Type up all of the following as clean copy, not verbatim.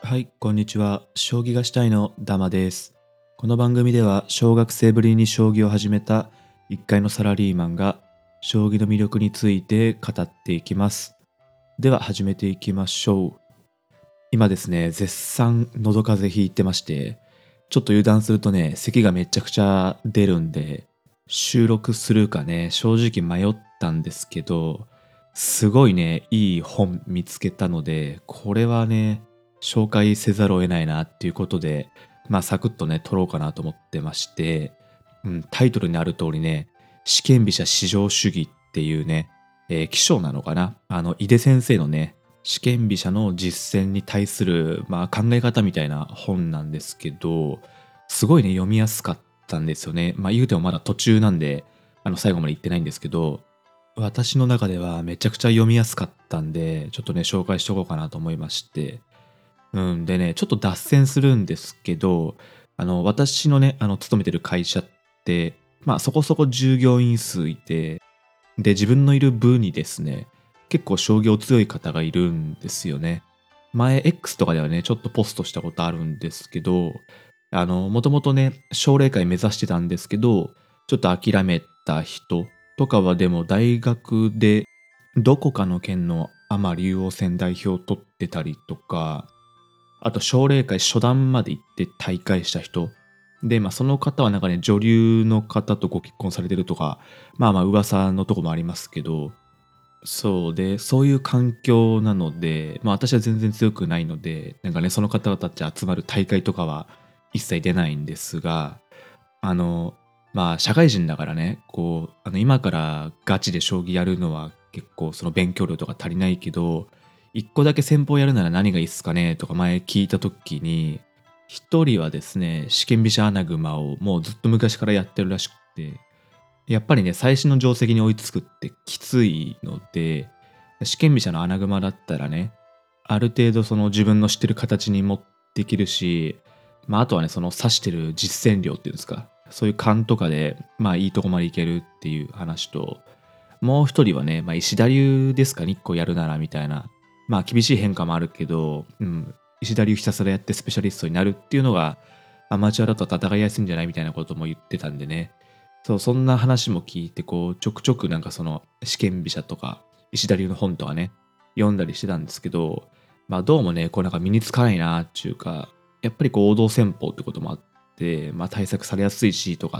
はい、こんにちは。将棋がしたいのダマです。この番組では小学生ぶりに将棋を始めた一階のサラリーマンが将棋の魅力について語っていきます。では始めていきましょう。今ですね、絶賛喉風邪ひいてまして、ちょっと油断するとね、咳がめちゃくちゃ出るんで、収録するかね、正直迷ったんですけど、すごいね、いい本見つけたので、これはね、紹介せざるを得ないなっていうことで、サクッとね、撮ろうかなと思ってまして、タイトルにある通りね、四間飛車至上主義っていうね、起承なのかな、井出先生のね、四間飛車の実践に対する、考え方みたいな本なんですけど、すごいね、読みやすかったんですよね。言うてもまだ途中なんで、最後まで言ってないんですけど、私の中ではめちゃくちゃ読みやすかったんで、ちょっとね、紹介しとこうかなと思いまして。でね、ちょっと脱線するんですけど、私のね、勤めてる会社って、そこそこ従業員数いて、で、自分のいる部にですね、結構商業強い方がいるんですよね。前 X とかではね、ちょっとポストしたことあるんですけど、もともとね、奨励会目指してたんですけど、ちょっと諦めた人とかはでも大学でどこかの県のアマ竜王戦代表を取ってたりとか、あと奨励会初段まで行って大会した人で、その方はなんかね、女流の方とご結婚されてるとか、噂のとこもありますけど、そうで、そういう環境なので、私は全然強くないので、なんかね、その方々たち集まる大会とかは一切出ないんですが、あの、社会人だからね、こう、今からガチで将棋やるのは結構その勉強量とか足りないけど、一個だけ戦法やるなら何がいいっすかねとか前聞いた時に、一人はですね、四間飛車穴熊をもうずっと昔からやってるらしくて、やっぱりね、最新の定石に追いつくってきついので、四間飛車の穴熊だったらね、ある程度その自分の知ってる形に持ってきるし、あとはね、その指してる実践量っていうんですか、そういう勘とかで、いいとこまでいけるっていう話と、もう一人はね、石田流ですか、日光やるならみたいな、厳しい変化もあるけど、石田流ひたすらやってスペシャリストになるっていうのが、アマチュアだと戦いやすいんじゃないみたいなことも言ってたんでね、そう、そんな話も聞いて、こう、ちょくちょくなんかその、四間飛車とか、石田流の本とかね、読んだりしてたんですけど、どうもね、こうなんか身につかないなっていうか、やっぱりこう王道戦法ってこともあって、対策されやすいしとかって、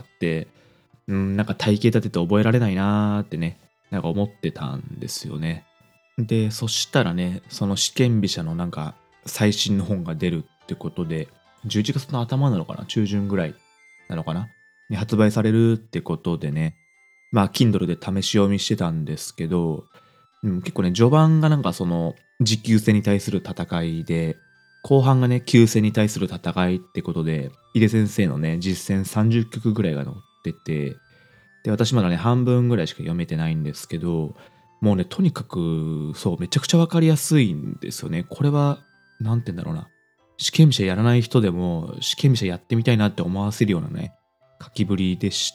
なんか体系立てて覚えられないなーってね、なんか思ってたんですよね。で、そしたらね、その四間飛車のなんか最新の本が出るってことで、11月の頭なのかな、中旬ぐらいなのかなに発売されるってことでね、Kindle で試し読みしてたんですけど、結構ね、序盤がなんかその持久戦に対する戦いで、後半がね、急戦に対する戦いってことで、井出先生のね、実戦30局ぐらいが載ってて、で、私まだね、半分ぐらいしか読めてないんですけど、もうね、とにかく、そう、めちゃくちゃわかりやすいんですよね。これは、なんて言うんだろうな。試験飛車やらない人でも、試験飛車やってみたいなって思わせるようなね、書きぶりでして、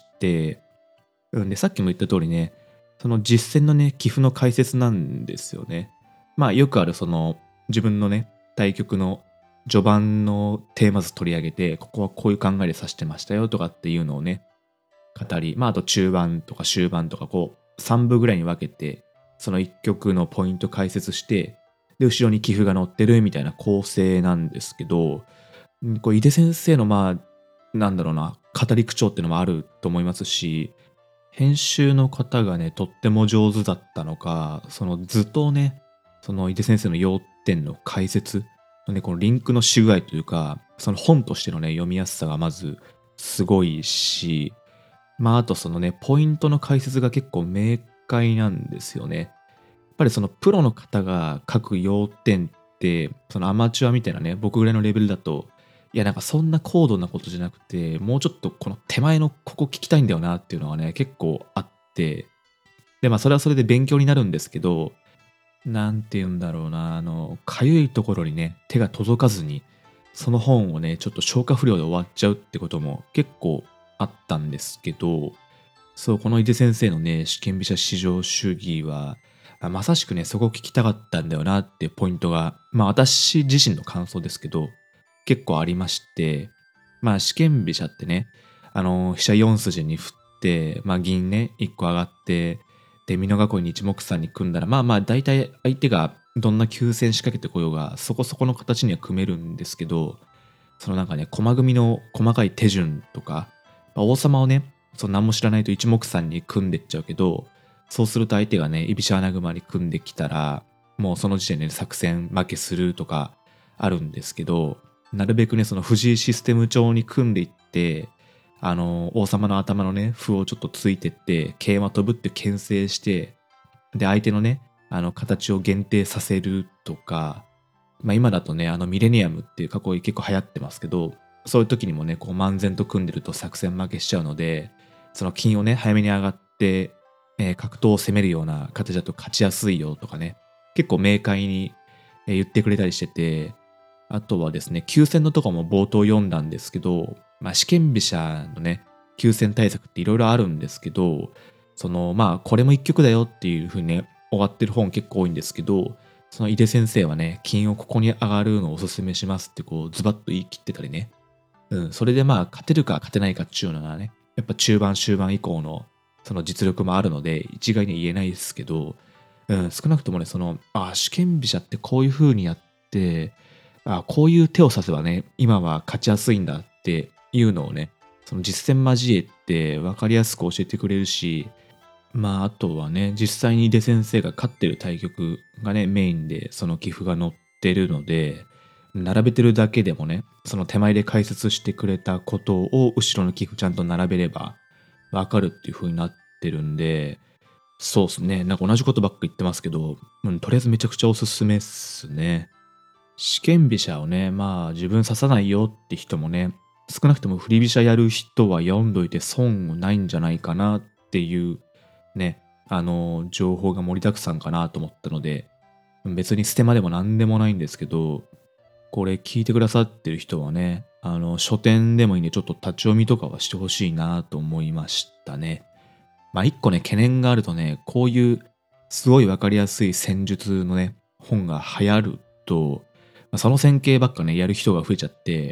で、さっきも言った通りね、その実戦のね、棋譜の解説なんですよね。よくあるその、自分のね、対局の序盤のテーマ図取り上げて、ここはこういう考えで指してましたよとかっていうのをね、語り、あと中盤とか終盤とかこう3部ぐらいに分けて、その1曲のポイント解説して、で、後ろに棋譜が載ってるみたいな構成なんですけど、これ井出先生のなんだろうな、語り口調っていうのもあると思いますし、編集の方がね、とっても上手だったのか、その図とね、その井出先生の要点の解説のね、このリンクのし具合というか、その本としてのね、読みやすさがまずすごいし、あとそのね、ポイントの解説が結構明快なんですよね。やっぱりそのプロの方が書く要点って、そのアマチュアみたいなね、僕ぐらいのレベルだと、いやなんかそんな高度なことじゃなくて、もうちょっとこの手前のここ聞きたいんだよなっていうのがね、結構あって、で、それはそれで勉強になるんですけど、なんて言うんだろうな、かゆいところにね、手が届かずに、その本をね、ちょっと消化不良で終わっちゃうってことも結構あったんですけど、そう、この井出先生のね、四間飛車至上主義は、 まさしくね、そこ聞きたかったんだよなっていうポイントが、私自身の感想ですけど、結構ありまして、四間飛車ってね、飛車4筋に振って、銀ね、1個上がって、で、美濃囲いに一目散に組んだら、大体相手がどんな急戦仕掛けてこようが、そこそこの形には組めるんですけど、そのなんかね、駒組みの細かい手順とか、王様をね、何も知らないと一目散に組んでっちゃうけど、そうすると相手がね、居飛車穴熊に組んできたら、もうその時点で作戦負けするとかあるんですけど、なるべくね、その藤井システム上に組んでいって、王様の頭のね、歩をちょっとついてって、桂馬飛ぶって牽制して、で、相手のね、形を限定させるとか、今だとね、ミレニアムっていう囲い結構流行ってますけど、そういう時にもね、こう漫然と組んでると作戦負けしちゃうので、その金をね、早めに上がって、角頭を攻めるような形だと勝ちやすいよとかね、結構明快に言ってくれたりしてて、あとはですね、急戦のとかも冒頭読んだんですけど、四間飛車のね、急戦対策っていろいろあるんですけど、これも一局だよっていう風にね、終わってる本結構多いんですけど、その井出先生はね、金をここに上がるのをおすすめしますってこうズバッと言い切ってたりね。それで勝てるか勝てないかっていうのはね、やっぱ中盤終盤以降のその実力もあるので、一概に言えないですけど、少なくともね、四間飛車ってこういう風にやって、こういう手を指せばね、今は勝ちやすいんだっていうのをね、その実践交えて分かりやすく教えてくれるし、あとはね、実際に井出先生が勝ってる対局がね、メインでその棋譜が載ってるので、並べてるだけでもね、その手前で解説してくれたことを後ろの棋譜ちゃんと並べればわかるっていう風になってるんで、そうですね、なんか同じことばっか言ってますけど、とりあえずめちゃくちゃおすすめっすね。四間飛車をね、自分指さないよって人もね、少なくとも振り飛車やる人は読んどいて損ないんじゃないかなっていうね、情報が盛りだくさんかなと思ったので、別にステマでも何でもないんですけど、これ聞いてくださってる人はね、書店でもいいんでちょっと立ち読みとかはしてほしいなと思いましたね。一個ね、懸念があるとね、こういうすごいわかりやすい戦術のね、本が流行ると、その戦型ばっかね、やる人が増えちゃって、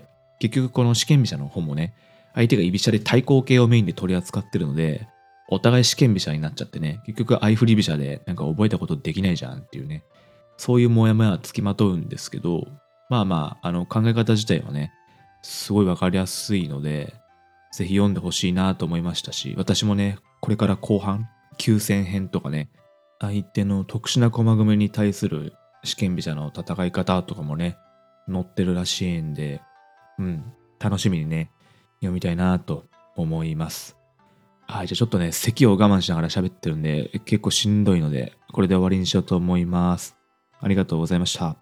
結局この四間飛車の本もね、相手が居飛車で対抗形をメインで取り扱ってるので、お互い四間飛車になっちゃってね、結局相振り飛車でなんか覚えたことできないじゃんっていうね、そういうモヤモヤはつきまとうんですけど、考え方自体はね、すごいわかりやすいので、ぜひ読んでほしいなと思いましたし、私もね、これから後半、急戦編とかね、相手の特殊な駒組みに対する四間飛車の戦い方とかもね、載ってるらしいんで、楽しみにね、読みたいなと思います。はい、じゃあちょっとね、咳を我慢しながら喋ってるんで、結構しんどいので、これで終わりにしようと思います。ありがとうございました。